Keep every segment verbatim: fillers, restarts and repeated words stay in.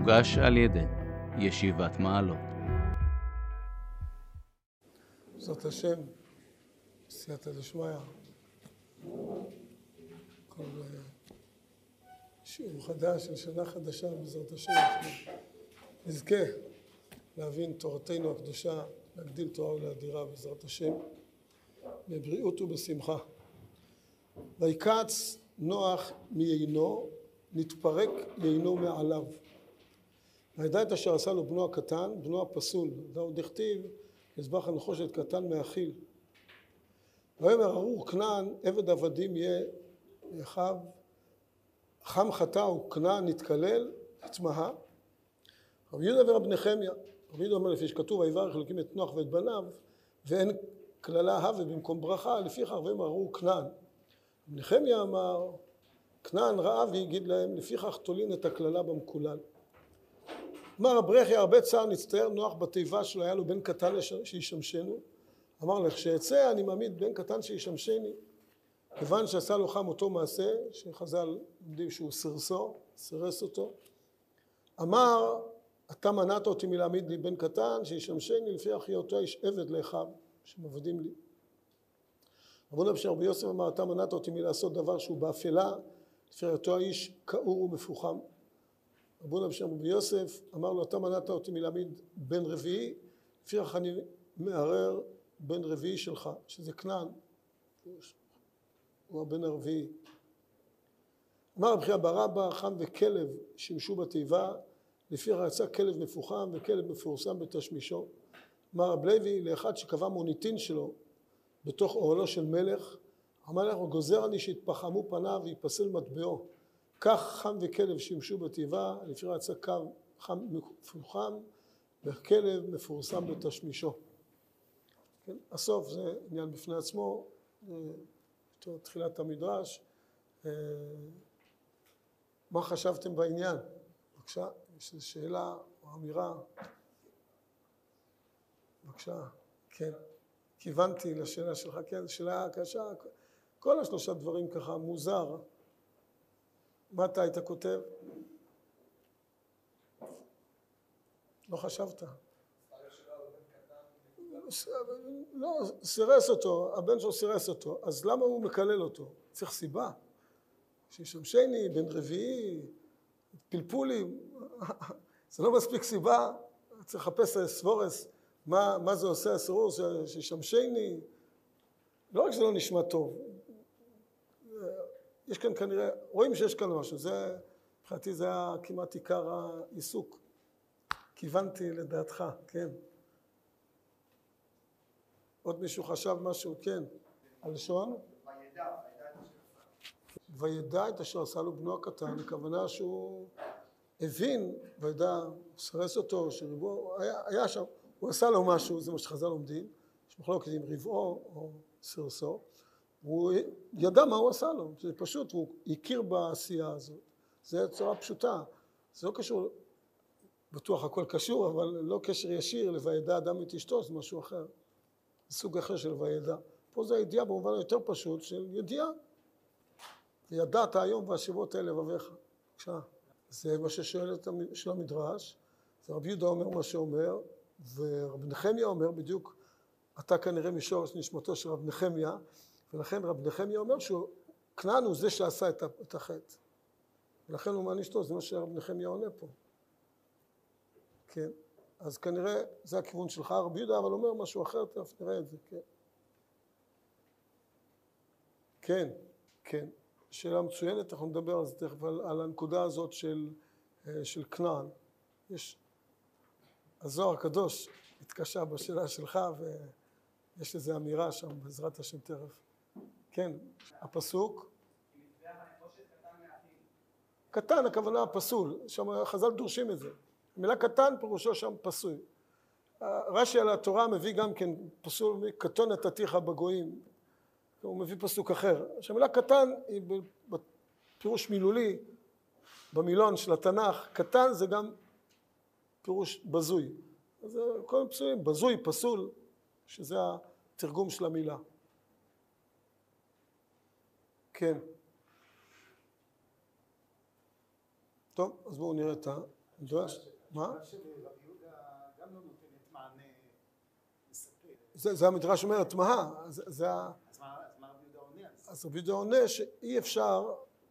מוגש על ידי ישיבת מעלות. בעזרת השם, סייעתא דשמיא, כל שיעור חדש של שנה חדשה בעזרת השם, נזכה להבין תורתנו הקדושה, להגדיל תורה ולהדירה בעזרת השם, בבריאות ובשמחה. ויקץ נוח מיינו, נתפרק יינו מעליו. וידע את אשר עשה לו בנו הקטן, בנו הפסול, דאו דכתיב, יזבח הנחושת קטן מאכיל. ויאמר ארור כנען, עבד עבדים יהיה לאחיו, חם חטאו כנען נתקלל, עצמאה. רבי יהודה ורב נחמיה, רבי יהודה אומר לפי שכתוב, ויברך אלוקים את נוח ואת בניו, ואין כללה הווה במקום ברכה, לפיכך ויאמר ארור כנען. רבי נחמיה אמר, כנען רעב והגיד להם, לפיכך תולין את הכללה במקולל. אמר הברכי, הרבה צער נצטער נוח בתיבה שלו, היה לו בן קטן שישמשנו. אמר לך, כשיצא אני מעמיד בן קטן שישמשני, כיוון שעשה לו חם אותו מעשה, שחז"ל יודעים שהוא סרסו, סרס אותו. אמר, אתה מנעת אותי מלהעמיד לי בן קטן שישמשני, לפי אחי אותו איש עבד לאחיו, שמעבדים לי. רבנו בשם רבי יוסף אמר, אתה מנעת אותי מלעשות דבר שהוא באפלה, לפי אותו האיש כאור ומפוחם. רבנו בשם רבי יוסף אמר לו, אתה מנעת אותי מלהעמיד בן רביעי, לפי כך אני מערער בן רביעי שלך, שזה כנען, הוא הבן הרביעי. אמר רבי חייא בר אבא, חם וכלב שימשו בתיבה, לפי כך יצא כלב מפוחם וכלב מפורסם בתשמישו. אמר רב לוי, לאחד שקבע מוניטין שלו בתוך אוהלו של מלך, אמר לך, גוזר אני שיתפחמו פניו ויפסל מטבעו. כך חם וכלב שימשו בתיבה, לפי כך יצא קו חם מפוחם וכלב מפורסם בתשמישו. כן? הסוף זה עניין בפני עצמו, תחילת המדרש. מה חשבתם בעניין? בבקשה, יש איזו שאלה או אמירה? בבקשה, כן. כיוונתי לשאלה שלך, כן, שאלה קשה. כל השלושה דברים ככה מוזר. מה אתה היית כותב? לא חשבת. לא, סירס אותו, הבן שלו סירס אותו, אז למה הוא מקלל אותו? צריך סיבה. שישמשני, בן רביעי, פלפולי, זה לא מספיק סיבה, צריך לחפש סבורס, מה, מה זה עושה הסירוס, שישמשני, לא רק שזה לא נשמע טוב, יש כאן כנראה, רואים שיש כאן משהו, זה, מבחינתי זה היה כמעט עיקר העיסוק, כיוונתי לדעתך, כן. עוד מישהו חשב משהו, כן. הלשון? וידע, וידע את אשר עשה לו בנו הקטן, הכוונה שהוא הבין, וידע, סרס אותו, שריבו, היה, היה שם, הוא עשה לו משהו, זה מה שחז"ל לומדים, יש מחלוקת עם רבעו או סרסו, הוא ידע מה הוא עשה לו, זה פשוט, הוא הכיר בעשייה הזאת, זה צורה פשוטה, זה לא קשור, בטוח הכל קשור, אבל לא קשר ישיר לוידע אדם את אשתו, זה משהו אחר, זה סוג אחר של וידע. פה זה הידיעה במובן היותר פשוט של ידיעה, וידעת היום והשבות האלה לבביך. בבקשה, זה מה ששואל של המדרש, ורבי יהודה אומר מה שאומר, ורב נחמיה אומר בדיוק, אתה כנראה משורש נשמתו של רב נחמיה, ולכן רב נחמיה אומר שהוא, כנען הוא זה שעשה את החטא. ולכן הוא מעניש אותו, זה מה שרב נחמיה עונה פה. כן, אז כנראה זה הכיוון שלך, רבי יהודה, אבל אומר משהו אחר, תכף נראה את זה, כן. כן, כן. שאלה מצוינת, אנחנו נדבר על זה תכף, על, על הנקודה הזאת של, של כנען. יש, הזוהר הקדוש התקשה בשאלה שלך, ויש איזו אמירה שם, בעזרת השם תכף. כן, הפסוק. קטן, הכוונה הפסול, שם חז"ל דורשים את זה. המילה קטן פירושו שם פסול. רש"י על התורה מביא גם כן פסול, קטון נתתיך בגויים. הוא מביא פסוק אחר. שהמילה קטן היא בפירוש מילולי, במילון של התנ"ך, קטן זה גם פירוש בזוי. אז כל מיני פסולים, בזוי, פסול, שזה התרגום של המילה. כן. טוב, אז בואו נראה את מדרש, מה? התשובה של רבי יהודה גם לא נותנת מענה מספק. זה, זה המדרש אומר, תמהה. זה, זה ה... אז מה, אז מה רבי יהודה עונה על זה? אז רבי יהודה עונה שאי אפשר,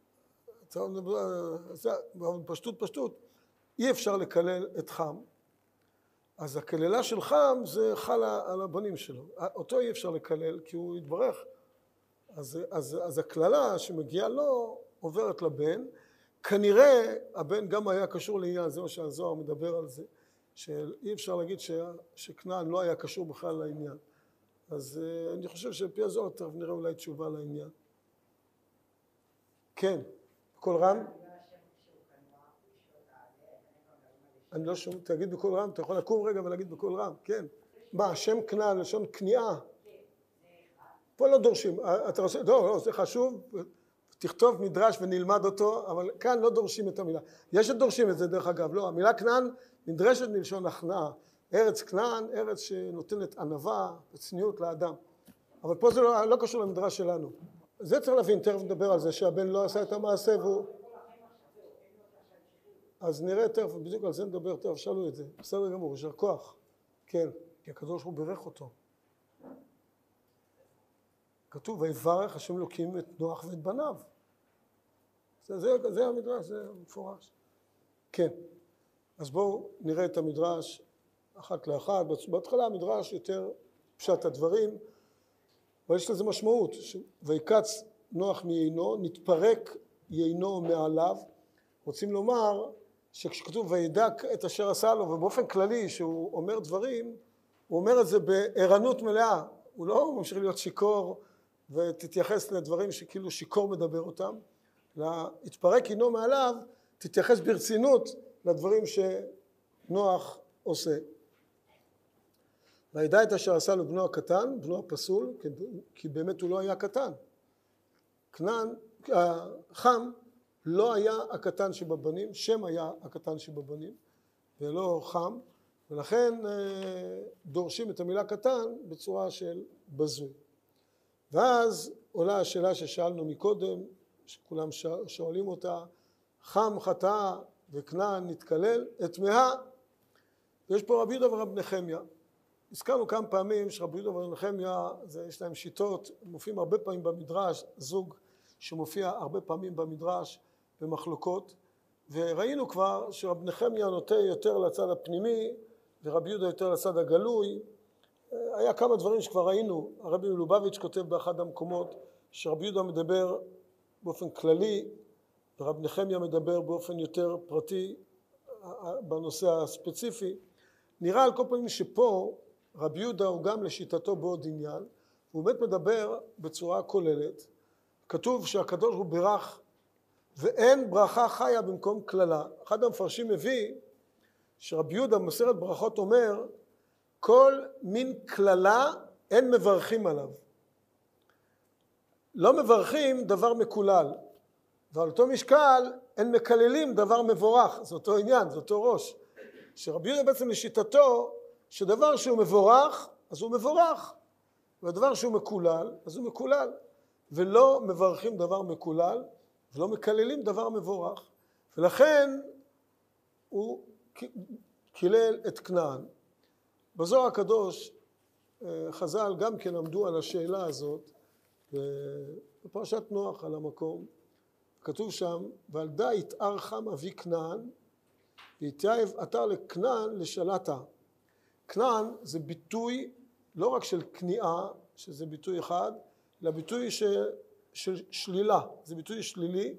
זה פשטות פשטות, אי אפשר לקלל את חם. אז הקללה של חם זה חלה על הבנים שלו. אותו אי אפשר לקלל כי הוא יתברך. אז, אז, אז הקללה שמגיעה לו עוברת לבן. כנראה הבן גם היה קשור לעניין, זה מה שהזוהר מדבר על זה, שאי אפשר להגיד ש, שכנען לא היה קשור בכלל לעניין. אז אני חושב שפי הזוהר תכף נראה אולי תשובה לעניין. כן, בקול רם? אני לא שומע, תגיד בקול רם, אתה יכול לקום רגע ולהגיד בקול רם, כן. מה, השם כנען, לשון כניעה? פה לא דורשים, אתה רוצה, לא, לא, זה חשוב, תכתוב מדרש ונלמד אותו, אבל כאן לא דורשים את המילה. יש שדורשים את זה דרך אגב, לא, המילה כנען נדרשת מלשון הכנעה. ארץ כנען, ארץ שנותנת ענווה וצניעות לאדם. אבל פה זה לא, לא קשור למדרש שלנו. זה צריך להבין, תכף נדבר על זה, שהבן לא עשה את המעשה והוא... אז נראה תכף, בדיוק על זה נדבר, תכף שאלו את זה. בסדר גמור, יש כוח. כן, כי הקדוש ברוך הוא בירך אותו. כתוב, ויברך השם אלוקים את נוח ואת בניו. זה, זה, זה המדרש, זה מפורש. כן, אז בואו נראה את המדרש אחת לאחת. בהתחלה המדרש יותר פשט הדברים, אבל יש לזה משמעות. ויקץ נוח מיינו, נתפרק יינו מעליו. רוצים לומר שכשכתוב וידע את אשר עשה לו, ובאופן כללי שהוא אומר דברים, הוא אומר את זה בערנות מלאה. הוא לא ממשיך להיות שיקור ותתייחס לדברים שכאילו שיקור מדבר אותם. להתפרק יינו מעליו, תתייחס ברצינות לדברים שנוח עושה. וידע את אשר עשה לו בנו הקטן, בנו הפסול, כי באמת הוא לא היה קטן. כנען, חם לא היה הקטן שבבנים, שם היה הקטן שבבנים, ולא חם, ולכן דורשים את המילה קטן בצורה של בזוי. ואז עולה השאלה ששאלנו מקודם, שכולם שואלים אותה, חם חטא וכנען נתקלל, התמהה, ויש פה רבי יהודה ורב נחמיה. הזכרנו כמה פעמים שרבי יהודה ורב נחמיה, יש להם שיטות, מופיעים הרבה פעמים במדרש, זוג שמופיע הרבה פעמים במדרש במחלוקות, וראינו כבר שרב נחמיה נוטה יותר לצד הפנימי, ורבי יהודה יותר לצד הגלוי. היה כמה דברים שכבר ראינו, הרבי מלובביץ' כותב באחד המקומות, שרבי יהודה מדבר באופן כללי, ורב נחמיה מדבר באופן יותר פרטי בנושא הספציפי. נראה על כל פעמים שפה רבי יהודה הוא גם לשיטתו בעוד עניין, הוא באמת מדבר בצורה כוללת. כתוב שהקדוש הוא ברך, ואין ברכה חיה במקום כללה. אחד המפרשים מביא שרבי יהודה במסכת ברכות אומר, כל מין כללה אין מברכים עליו. לא מברכים דבר מקולל, ועל אותו משקל אין מקללים דבר מבורך. זה אותו עניין, זה אותו ראש. שרבי יהודה בעצם לשיטתו, שדבר שהוא מבורך, אז הוא מבורך, ודבר שהוא מקולל, אז הוא מקולל. ולא מברכים דבר מקולל, ולא מקללים דבר מבורך. ולכן הוא קילל את כנען. בזוהר הקדוש, חז"ל גם כן עמדו על השאלה הזאת, בפרשת נוח על המקום, כתוב שם, ועל דה יתאר חם אבי כנען, ויתייב אתר לכנען לשלטה. כנען זה ביטוי לא רק של כניעה, שזה ביטוי אחד, אלא ביטוי של, של שלילה, זה ביטוי שלילי,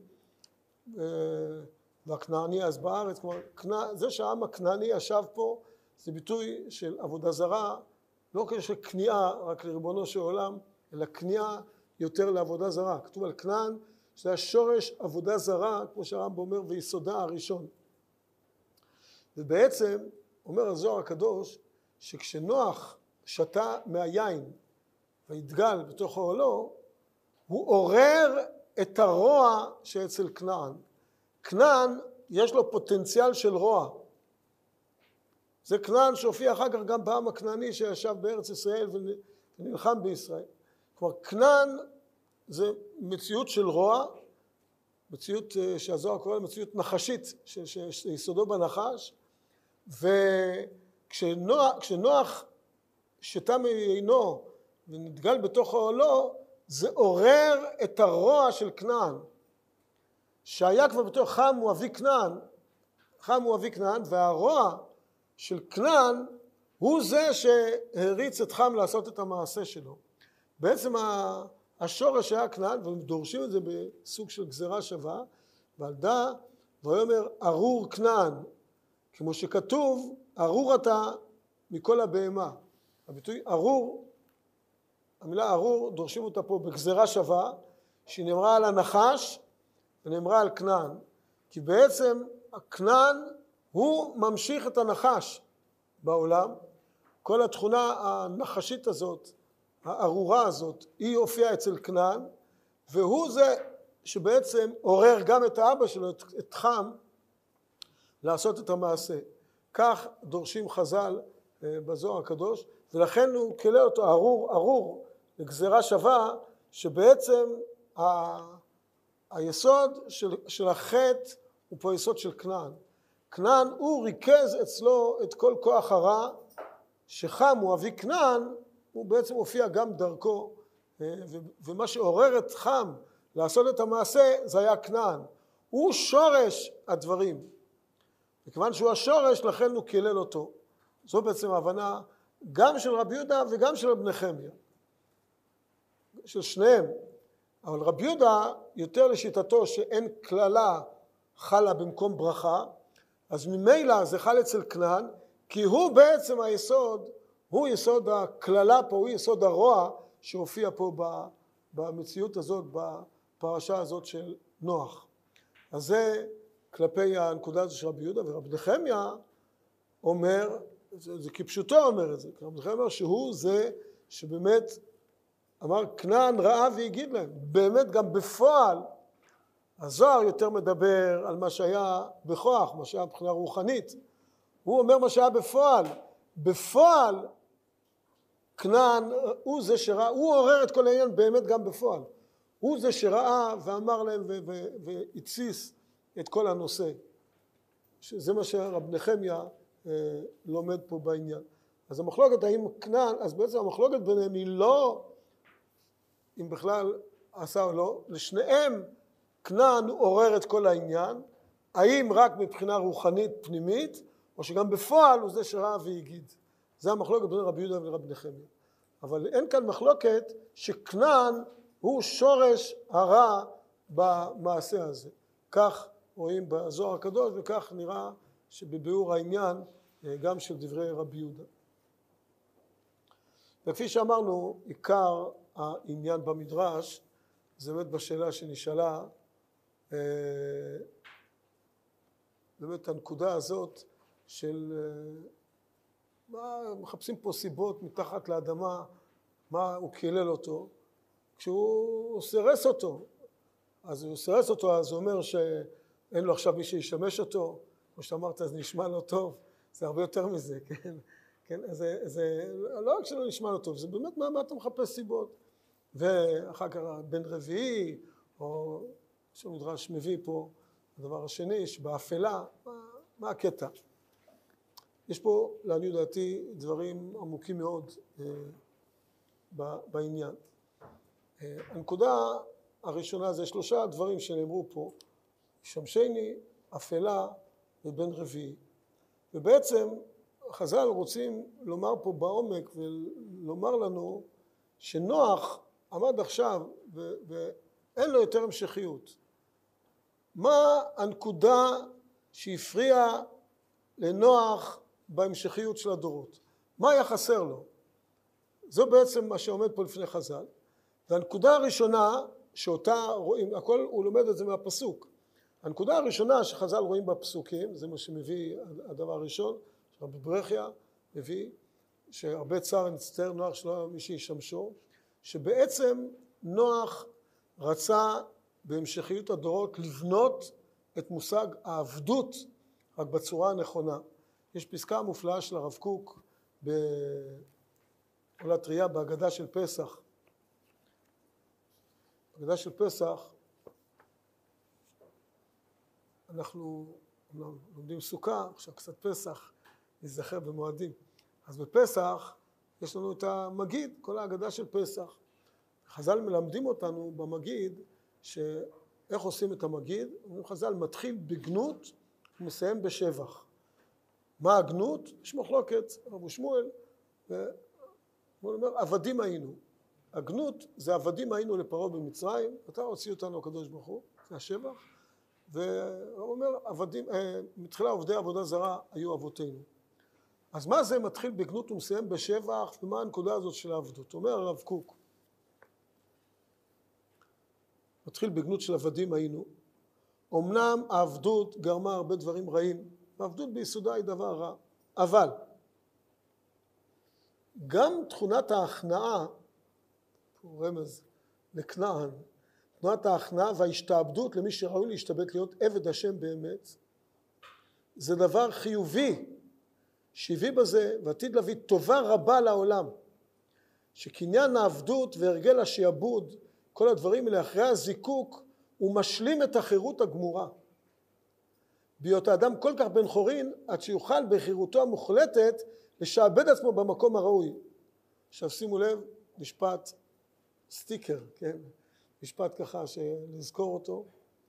והכנעני אז בארץ, כלומר, זה שהעם הכנעני ישב פה, זה ביטוי של עבודה זרה, לא של כניעה רק לריבונו של עולם, אלא כניעה יותר לעבודה זרה. כתוב על כנען, שזה השורש עבודה זרה, כמו שהרמב"ם אומר, ויסודה הראשון. ובעצם, אומר הזוהר הקדוש, שכשנוח שתה מהיין והתגל בתוך אוהלו, הוא עורר את הרוע שאצל כנען. כנען יש לו פוטנציאל של רוע. זה כנען שהופיע אחר כך גם בעם הכנעני שישב בארץ ישראל ונלחם בישראל. כלומר, כנען זה מציאות של רוע, מציאות שהזוהר קורא מציאות נחשית, שיסודו בנחש, וכשנוח שתה מעינו ונתגל בתוך אוהלו, זה עורר את הרוע של כנען, שהיה כבר בתוך חם הוא אבי כנען, חם הוא אבי כנען, והרוע של כנען הוא זה שהריץ את חם לעשות את המעשה שלו. בעצם השורש היה כנען, ודורשים את זה בסוג של גזרה שווה, ועל דא ויאמר ארור כנען, כמו שכתוב, ארור אתה מכל הבהמה. הביטוי ארור, המילה ארור דורשים אותה פה בגזרה שווה, שהיא נאמרה על הנחש ונאמרה על כנען, כי בעצם הכנען הוא ממשיך את הנחש בעולם. כל התכונה הנחשית הזאת, הארורה הזאת, היא הופיעה אצל כנען, והוא זה שבעצם עורר גם את האבא שלו, את, את חם, לעשות את המעשה. כך דורשים חז"ל בזוהר הקדוש, ולכן הוא כלל אותו ארור ארור לגזרה שווה, שבעצם ה... היסוד של, של החטא הוא פה יסוד של כנען. כנען הוא ריכז אצלו את כל כוח הרע, שחם הוא אבי כנען, הוא בעצם הופיע גם דרכו, ומה שעורר את חם לעשות את המעשה זה היה כנען. הוא שורש הדברים. וכיוון שהוא השורש, לכן הוא קילל אותו. זו בעצם ההבנה גם של רבי יהודה וגם של רבי נחמיה. של שניהם. אבל רבי יהודה יותר לשיטתו שאין כללה חלה במקום ברכה, אז ממילא זה חל אצל כנען, כי הוא בעצם היסוד, הוא יסוד הכללה פה, הוא יסוד הרוע שהופיע פה במציאות הזאת, בפרשה הזאת של נוח. אז זה כלפי הנקודה הזו של רבי יהודה, ורבי נחמיה אומר, זה, זה כפשוטו אומר את זה, רבי נחמיה אומר שהוא זה שבאמת אמר כנען ראה והגיד להם, באמת גם בפועל, הזוהר יותר מדבר על מה שהיה בכוח, מה שהיה מבחינה רוחנית, הוא אומר מה שהיה בפועל, בפועל כנען הוא זה שראה, הוא עורר את כל העניין באמת גם בפועל, הוא זה שראה ואמר להם והציס את כל הנושא, שזה מה שרב נחמיה אה, לומד פה בעניין. אז המחלוקת האם כנען, אז בעצם המחלוקת ביניהם היא לא אם בכלל עשה או לא, לשניהם כנען עורר את כל העניין, האם רק מבחינה רוחנית פנימית, או שגם בפועל הוא זה שראה והגיד. זה המחלוקת בין רבי יהודה ורבי נחמיה. אבל אין כאן מחלוקת שכנען הוא שורש הרע במעשה הזה. כך רואים בזוהר הקדוש, וכך נראה שבביאור העניין גם של דברי רבי יהודה. וכפי שאמרנו, עיקר העניין במדרש, זה באמת בשאלה שנשאלה, באמת הנקודה הזאת של מה, מחפשים פה סיבות מתחת לאדמה, מה הוא קילל אותו, כשהוא סרס אותו, אז הוא סרס אותו, אז הוא אומר שאין לו עכשיו מי שישמש אותו, כמו שאמרת, אז נשמע לו טוב, זה הרבה יותר מזה, כן? כן, אז זה, זה לא רק שלא נשמע לו טוב, זה באמת מה, מה אתה מחפש סיבות. ואחר כך בן רביעי, או שמדרש מביא פה, הדבר השני, שבאפלה, מה, מה הקטע? יש פה, לעניות דעתי, דברים עמוקים מאוד אה, בעניין. אה, הנקודה הראשונה זה שלושה דברים שנאמרו פה, שמשני, אפלה ובן רביעי. ובעצם חז"ל רוצים לומר פה בעומק ולומר לנו שנוח עמד עכשיו ו- ואין לו יותר המשכיות. מה הנקודה שהפריעה לנוח בהמשכיות של הדורות? מה היה חסר לו? זו בעצם מה שעומד פה לפני חז"ל. והנקודה הראשונה שאותה רואים, הכל הוא לומד את זה מהפסוק. הנקודה הראשונה שחז"ל רואים בפסוקים, זה מה שמביא הדבר הראשון, רבי ברכיה מביא, שהרבה צער נצטער נוח שלא מי שישמשו, שבעצם נוח רצה בהמשכיות הדורות לבנות את מושג העבדות רק בצורה הנכונה. יש פסקה מופלאה של הרב קוק בעולה טריה בהגדה של פסח. בהגדה של פסח אנחנו לומדים סוכה, עכשיו קצת פסח, נזכר במועדים. אז בפסח יש לנו את המגיד, כל ההגדה של פסח. חז"ל מלמדים אותנו במגיד, שאיך עושים את המגיד? אומרים חז"ל, מתחיל בגנות ומסיים בשבח. מה הגנות? יש מחלוקת, רבו שמואל, והוא אומר, עבדים היינו. הגנות זה עבדים היינו לפרעה במצרים, אתה הוציא אותנו הקדוש ברוך הוא, זה השבח, והוא אומר, עבדים, מתחילה עובדי עבודה זרה היו אבותינו. אז מה זה מתחיל בגנות ומסיים בשבח, ומה הנקודה הזאת של העבדות? אומר הרב קוק, מתחיל בגנות של עבדים היינו, אמנם העבדות גרמה הרבה דברים רעים, העבדות ביסודה היא דבר רע, אבל גם תכונת ההכנעה, הוא רמז לכנען, תכונת ההכנעה וההשתעבדות למי שראוי להשתבט להיות עבד השם באמת, זה דבר חיובי, שהביא בזה ועתיד להביא טובה רבה לעולם, שקניין העבדות והרגל השיעבוד, כל הדברים האלה אחרי הזיקוק, הוא משלים את החירות הגמורה. בהיות האדם כל כך בן חורין, עד שיוכל בחירותו המוחלטת לשעבד עצמו במקום הראוי. עכשיו שימו לב, משפט סטיקר, כן? משפט ככה שלזכור אותו.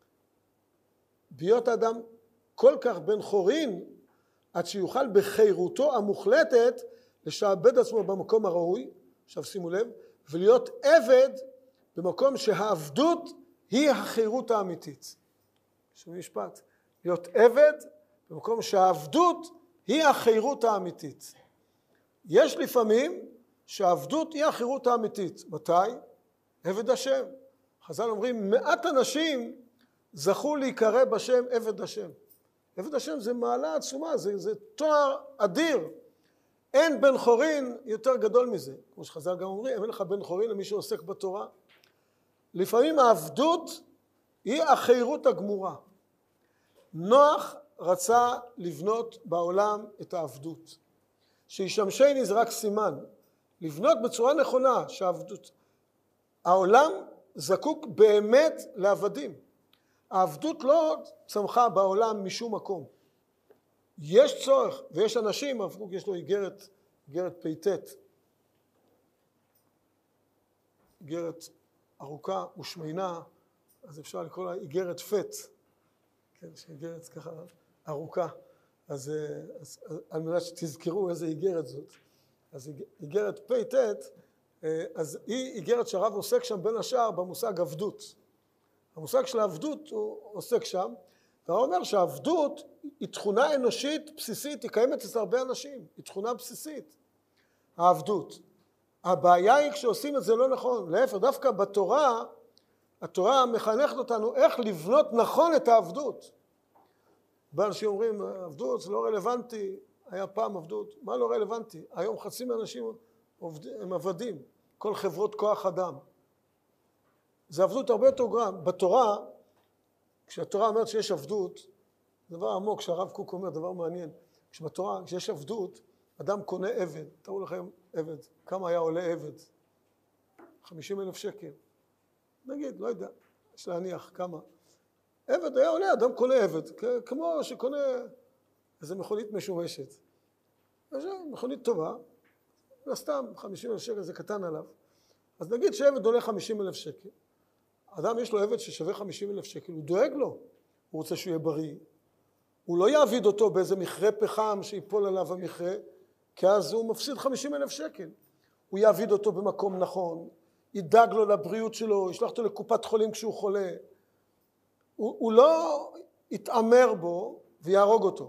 בהיות האדם כל כך בן חורין, עד שיוכל בחירותו המוחלטת לשעבד עצמו במקום הראוי, עכשיו שימו לב, ולהיות עבד במקום שהעבדות היא החירות האמיתית. יש משפט, להיות עבד במקום שהעבדות היא החירות האמיתית. יש לפעמים שהעבדות היא החירות האמיתית. מתי? עבד השם. חז"ל אומרים, מעט אנשים זכו להיקרא בשם עבד השם. עבד השם זה מעלה עצומה, זה, זה תואר אדיר. אין בן חורין יותר גדול מזה. כמו שחז"ל גם אומרים, אין לך בן חורין למי שעוסק בתורה. לפעמים העבדות היא החירות הגמורה. נוח רצה לבנות בעולם את העבדות. שישמשני זה רק סימן. לבנות בצורה נכונה שהעבדות. העולם זקוק באמת לעבדים. העבדות לא צמחה בעולם משום מקום. יש צורך, ויש אנשים, יש לו איגרת, איגרת פייטט, איגרת ארוכה ושמינה, אז אפשר לקרוא לה איגרת פט, כן, שאיגרת ככה ארוכה, אז, אז, אז על מנת שתזכרו איזה איגרת זאת. אז איגרת פייטט, אז היא איגרת שהרב עוסק שם בין השאר במושג עבדות. המושג של העבדות הוא עוסק שם, והוא אומר שהעבדות היא תכונה אנושית בסיסית, היא קיימת אצל הרבה אנשים, היא תכונה בסיסית, העבדות. הבעיה היא כשעושים את זה לא נכון, להפך, דווקא בתורה, התורה מחנכת אותנו איך לבנות נכון את העבדות. באנשים אומרים, עבדות זה לא רלוונטי, היה פעם עבדות, מה לא רלוונטי? היום חצי מהאנשים הם עבדים, כל חברות כוח אדם. זה עבדות הרבה יותר גרועה. בתורה, כשהתורה אומרת שיש עבדות, דבר עמוק, כשהרב קוק אומר, דבר מעניין, כשבתורה, כשיש עבדות, אדם קונה עבד, תראו לכם עבד, כמה היה עולה עבד? חמישים אלף שקל. נגיד, לא יודע, יש להניח כמה. עבד היה עולה, אדם קונה עבד, כמו שקונה איזו מכונית משומשת. זה מכונית טובה, סתם חמישים אלף שקל זה קטן עליו. אז נגיד שעבד עולה חמישים אלף שקל. אדם יש לו עבד ששווה חמישים אלף שקל, הוא דואג לו, הוא רוצה שהוא יהיה בריא. הוא לא יעביד אותו באיזה מכרה פחם שיפול עליו המכרה, כי אז הוא מפסיד חמישים אלף שקל. הוא יעביד אותו במקום נכון, ידאג לו לבריאות שלו, ישלח אותו לקופת חולים כשהוא חולה. הוא, הוא לא יתאמר בו ויהרוג אותו.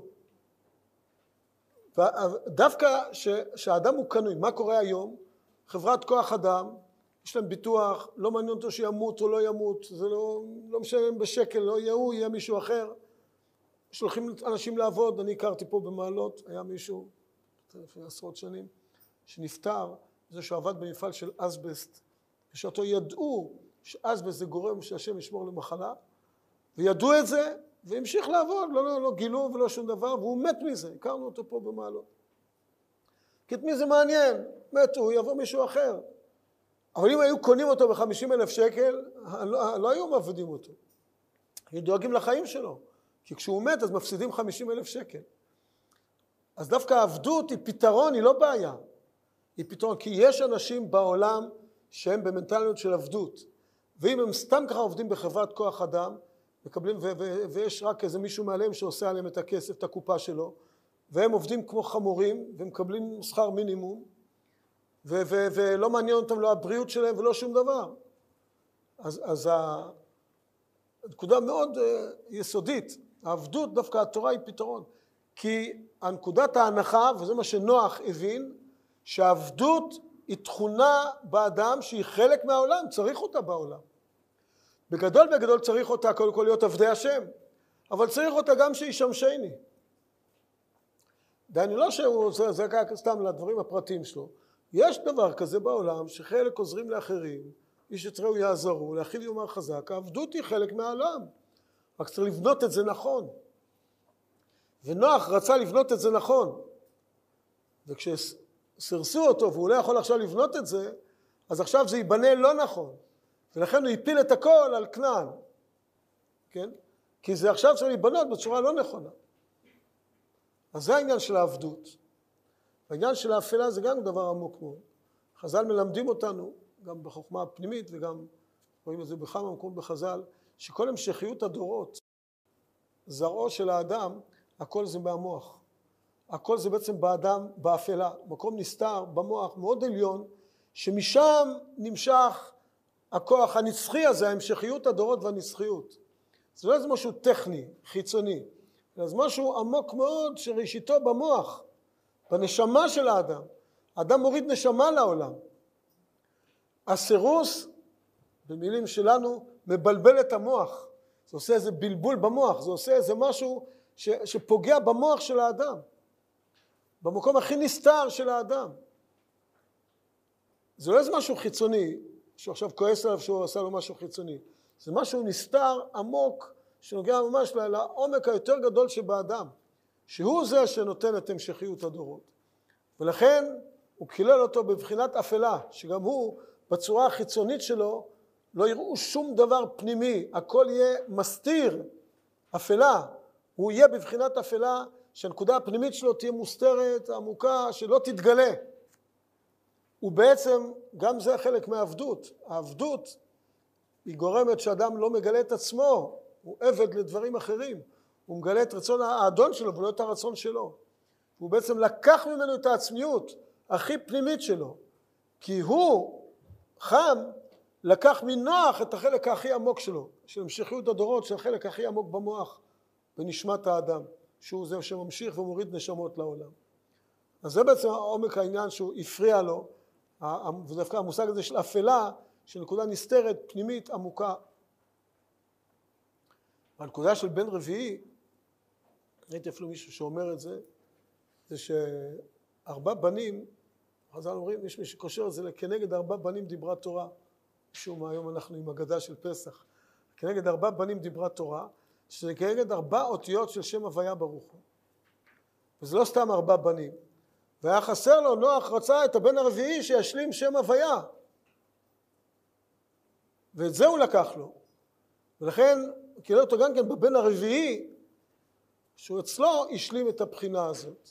דווקא שהאדם הוא קנוי, מה קורה היום? חברת כוח אדם, יש להם ביטוח, לא מעניין אותו שימות או לא ימות, זה לא, לא משנה בשקל, לא יהיה הוא, יהיה מישהו אחר. שולחים אנשים לעבוד, אני הכרתי פה במעלות, היה מישהו, לפני עשרות שנים, שנפטר, זה שהוא עבד במפעל של אסבסט, ושאותו ידעו שאסבסט זה גורם שהשם ישמור למחלה, וידעו את זה, והמשיך לעבוד, לא, לא, לא גילו ולא שום דבר, והוא מת מזה, הכרנו אותו פה במעלות. כי את מי זה מעניין? מתו, יבוא מישהו אחר. אבל אם היו קונים אותו ב-חמישים אלף שקל, לא, לא היו מעבדים אותו. היו דואגים לחיים שלו. כי כשהוא מת אז מפסידים חמישים אלף שקל. אז דווקא העבדות היא פתרון, היא לא בעיה. היא פתרון, כי יש אנשים בעולם שהם במנטליות של עבדות. ואם הם סתם ככה עובדים בחברת כוח אדם, מקבלים, ו- ו- ויש רק איזה מישהו מעליהם שעושה עליהם את הכסף, את הקופה שלו, והם עובדים כמו חמורים, ומקבלים שכר מינימום, ו- ו- ולא מעניין אותם לא הבריאות שלהם ולא שום דבר. אז, אז הנקודה מאוד uh, יסודית, העבדות דווקא התורה היא פתרון. כי הנקודת ההנחה, וזה מה שנוח הבין, שהעבדות היא תכונה באדם שהיא חלק מהעולם, צריך אותה בעולם. בגדול בגדול צריך אותה קודם כל להיות עבדי השם, אבל צריך אותה גם שישמשני. דיינו לא שהוא זקק סתם לדברים הפרטיים שלו, יש דבר כזה בעולם שחלק עוזרים לאחרים, איש יצרהו יעזרו, לאחיו יאמר חזק, העבדות היא חלק מהעולם, רק צריך לבנות את זה נכון. ונוח רצה לבנות את זה נכון, וכשסרסו אותו והוא לא יכול עכשיו לבנות את זה, אז עכשיו זה ייבנה לא נכון, ולכן הוא הפיל את הכל על כנען, כן? כי זה עכשיו צריך להיבנות בצורה לא נכונה. אז זה העניין של העבדות. העניין של האפלה זה גם דבר עמוק מאוד. חז"ל מלמדים אותנו, גם בחוכמה הפנימית וגם רואים את זה בכמה מקומות בחז"ל, שכל המשכיות הדורות, זרעו של האדם, הכל זה מהמוח. הכל זה בעצם באדם, באפלה. מקום נסתר במוח מאוד עליון, שמשם נמשך הכוח הנצחי הזה, המשכיות הדורות והנצחיות. זה לא איזה משהו טכני, חיצוני, אלא זה משהו עמוק מאוד שראשיתו במוח, בנשמה של האדם. האדם מוריד נשמה לעולם. הסירוס, במילים שלנו, מבלבל את המוח. זה עושה איזה בלבול במוח, זה עושה איזה משהו ש, שפוגע במוח של האדם, במקום הכי נסתר של האדם. זה לא איזה משהו חיצוני, שהוא עכשיו כועס עליו שהוא עשה לו משהו חיצוני. זה משהו נסתר עמוק, שנוגע ממש לעומק היותר גדול שבאדם, שהוא זה שנותן את המשכיות הדורות. ולכן הוא קילל אותו בבחינת אפלה, שגם הוא בצורה החיצונית שלו לא יראו שום דבר פנימי, הכל יהיה מסתיר, אפלה. הוא יהיה בבחינת אפלה שהנקודה הפנימית שלו תהיה מוסתרת, עמוקה, שלא תתגלה. ובעצם גם זה חלק מהעבדות. העבדות היא גורמת שאדם לא מגלה את עצמו, הוא עבד לדברים אחרים. הוא מגלה את רצון האדון שלו ולא את הרצון שלו. הוא בעצם לקח ממנו את העצמיות הכי פנימית שלו, כי הוא חם לקח מנוח את החלק הכי עמוק שלו, של המשכיות הדורות, של החלק הכי עמוק במוח, בנשמת האדם, שהוא זה שממשיך ומוריד נשמות לעולם. אז זה בעצם העומק העניין שהוא הפריע לו, ודווקא המושג הזה של אפלה, של נקודה נסתרת, פנימית, עמוקה. והנקודה של בן רביעי, ראיתי אפילו מישהו שאומר את זה, זה שארבע בנים, חז"ל אומרים, יש מי שקושר את זה כנגד ארבע בנים דיברה תורה, משום מה היום אנחנו עם הגדה של פסח, כנגד ארבע בנים דיברה תורה, שזה כנגד ארבע אותיות של שם הוויה ברוך הוא. וזה לא סתם ארבע בנים. והיה חסר לו, נוח רצה את הבן הרביעי שישלים שם הוויה. ואת זה הוא לקח לו. ולכן, קילל אותו גם כן בבן הרביעי, שהוא אצלו השלים את הבחינה הזאת.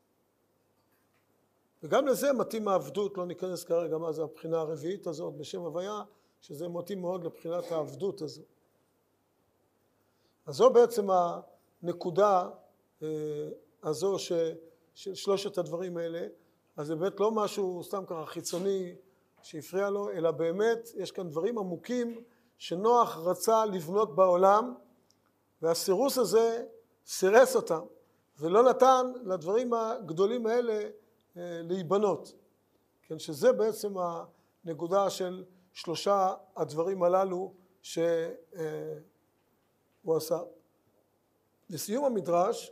וגם לזה מתאים העבדות, לא ניכנס כרגע מה זה הבחינה הרביעית הזאת בשם הוויה, שזה מתאים מאוד לבחינת העבדות הזאת. אז זו בעצם הנקודה הזו ש, של שלושת הדברים האלה, אז זה באמת לא משהו סתם ככה חיצוני שהפריע לו, אלא באמת יש כאן דברים עמוקים שנוח רצה לבנות בעולם, והסירוס הזה סירס אותם, ולא נתן לדברים הגדולים האלה להיבנות. כן, שזה בעצם הנקודה של שלושה הדברים הללו שהוא עשה. לסיום המדרש,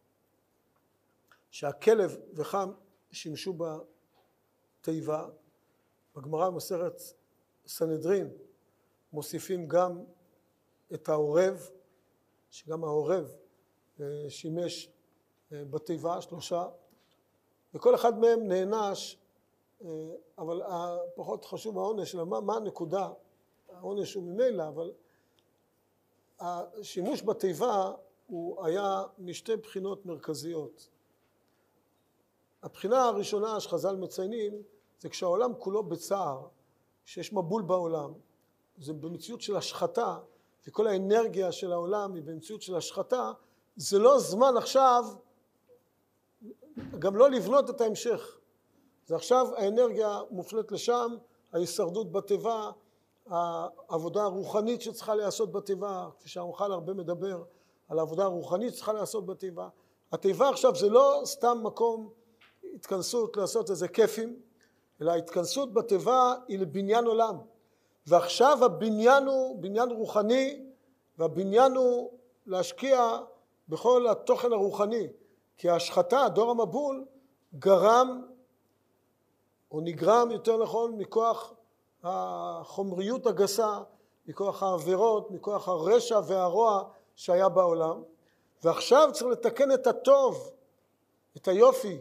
שהכלב וחם שימשו בתיבה, בגמרא במסכת סנהדרין מוסיפים גם את העורב, שגם העורב שימש בתיבה, שלושה, וכל אחד מהם נענש, אבל פחות חשוב העונש, אלא מה, מה הנקודה? העונש הוא ממילא, אבל השימוש בתיבה הוא היה משתי בחינות מרכזיות. הבחינה הראשונה שחז"ל מציינים זה כשהעולם כולו בצער, שיש מבול בעולם, זה במציאות של השחתה, וכל האנרגיה של העולם היא במציאות של השחתה, זה לא זמן עכשיו גם לא לבנות את ההמשך. זה עכשיו האנרגיה מופנית לשם, ההישרדות בטבע, העבודה הרוחנית שצריכה לעשות בטבע, כפי שהרמח"ל הרבה מדבר על העבודה הרוחנית שצריכה לעשות בטבע. הטבע עכשיו זה לא סתם מקום התכנסות לעשות איזה כיפים, אלא ההתכנסות בטבע היא לבניין עולם. ועכשיו הבניין הוא בניין רוחני, והבניין הוא להשקיע בכל התוכן הרוחני. כי ההשחתה, דור המבול, גרם, או נגרם יותר נכון, מכוח החומריות הגסה, מכוח העבירות, מכוח הרשע והרוע שהיה בעולם. ועכשיו צריך לתקן את הטוב, את היופי,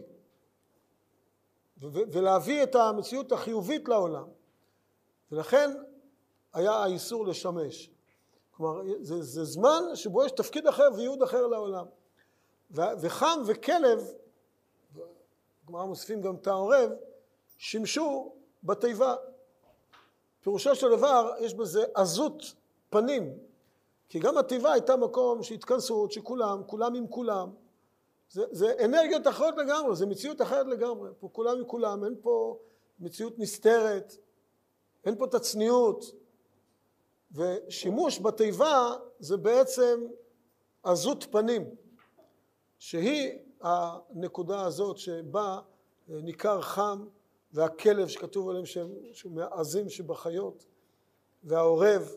ולהביא את המציאות החיובית לעולם. ולכן היה האיסור לשמש. כלומר, זה, זה זמן שבו יש תפקיד אחר וייעוד אחר לעולם. וחם וכלב, כלומר מוסיפים גם את העורב, שימשו בתיבה. פירושו של דבר, יש בזה עזות פנים. כי גם התיבה הייתה מקום שהתכנסות, שכולם, כולם עם כולם. זה, זה אנרגיות אחרות לגמרי, זה מציאות אחרת לגמרי. פה כולם עם כולם, אין פה מציאות נסתרת, אין פה את הצניעות. ושימוש בתיבה זה בעצם עזות פנים, שהיא הנקודה הזאת שבה ניכר חם, והכלב שכתוב עליהם שהם, שהוא מהעזים שבחיות, והעורב,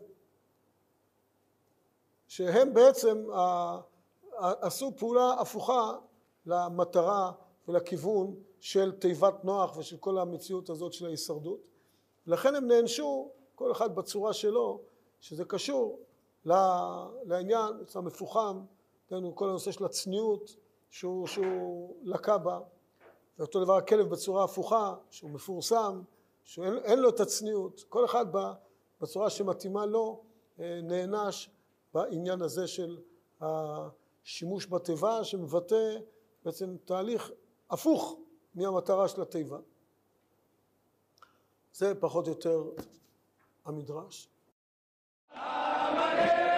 שהם בעצם עשו פעולה הפוכה למטרה ולכיוון של תיבת נוח ושל כל המציאות הזאת של ההישרדות. לכן הם נענשו, כל אחד בצורה שלו, שזה קשור לעניין, זה המפוחם, כל הנושא של הצניעות שהוא, שהוא לקה בה. ואותו דבר הכלב בצורה הפוכה, שהוא מפורסם, שאין לו את הצניעות. כל אחד בצורה שמתאימה לו נענש בעניין הזה של השימוש בתיבה, שמבטא בעצם תהליך הפוך מהמטרה של התיבה. זה פחות או יותר המדרש.